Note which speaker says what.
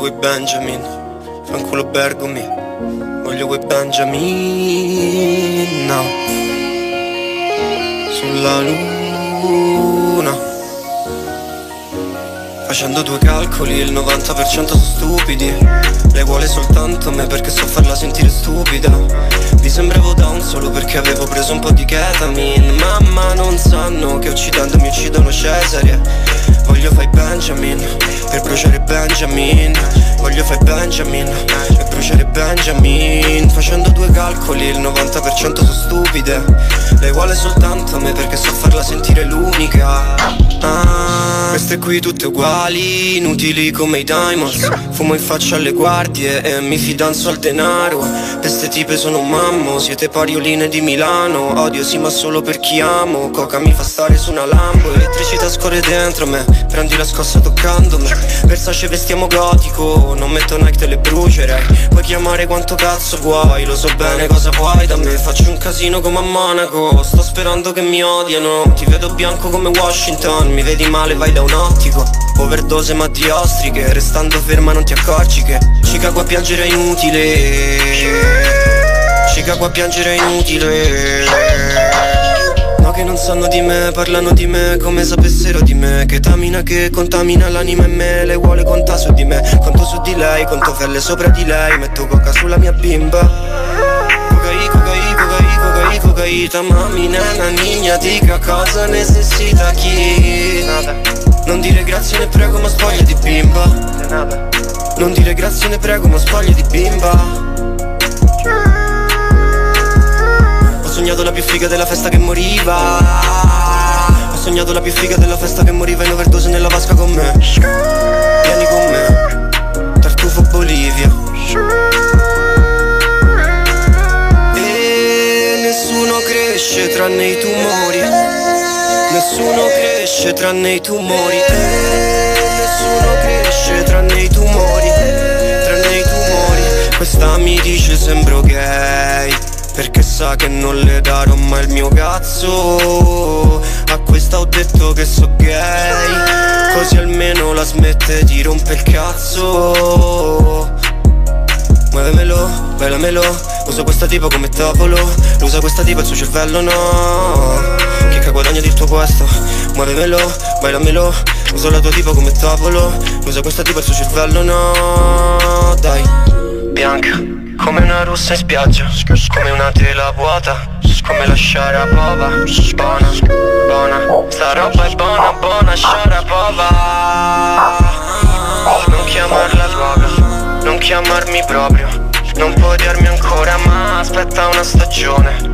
Speaker 1: quei Benjamin, fanculo Bergomi. Voglio quei Benjamin, no. Sulla luna, facendo due calcoli, il 90% sono stupidi. Lei vuole soltanto me perché so farla sentire stupida. Vi sembravo down solo perché avevo preso un po' di ketamine. Mamma non sanno che uccidendo mi uccidono Cesare. Voglio fai Benjamin per bruciare Benjamin. Voglio fai Benjamin per bruciare Benjamin. Facendo due calcoli, il 90% sono stupide. Lei vuole soltanto me perché so farla sentire l'unica. Queste qui tutte uguali, inutili come i diamonds. Fumo in faccia alle guardie e mi fidanzo al denaro. Queste tipe sono un mammo, siete parioline di Milano. Odio sì ma solo per chi amo. Coca mi fa stare su una Lambo. Elettricità scorre dentro me, prendi la scossa toccando me. Versace vestiamo gotico, non metto Nike te le brucerei. Puoi chiamare quanto cazzo vuoi, lo so bene cosa vuoi da me. Faccio un casino come a Monaco, sto sperando che mi odiano. Ti vedo bianco come Washington, mi vedi male vai da un ottico. Overdose ma di ostriche, restando ferma non ti accorgi che Chicago a piangere è inutile. Chicago a piangere è inutile. No che non sanno di me, parlano di me come sapessero di me. Che tamina che contamina l'anima e me. Lei vuole contare su di me, conto su di lei, conto felle sopra di lei. Metto coca sulla mia bimba. Cocaíta, mami, nena, niña, dica cosa necessita chi. Non dire grazie ne prego ma spoglia di bimba. Non dire grazie ne prego ma spoglia di bimba. Ho sognato la più figa della festa che moriva. Ho sognato la più figa della festa che moriva in overdose nella vasca con me. Vieni con me, Tartufo Bolivia. Nessuno cresce tranne i tumori. Nessuno cresce tranne i tumori. Nessuno cresce tranne i tumori. Tranne i tumori. Questa mi dice sembro gay perché sa che non le darò mai il mio cazzo. A questa ho detto che so gay, così almeno la smette di romper il cazzo. Muovemelo, bailamelo. Uso questa tipa come tavolo. Lo usa questa tipa il suo cervello, no. Che guadagna di il tuo questo. Muovemelo, bailamelo. Uso la tua tipa come tavolo. Lo usa questa tipa il suo cervello, no. Dai. Bianca, come una russa in spiaggia. Come una tela vuota. Come la Sharapova. Buona, buona. Sta roba è buona, buona Sharapova. Non chiamarla droga, non chiamarmi proprio. Non puoi darmi ancora ma aspetta una stagione.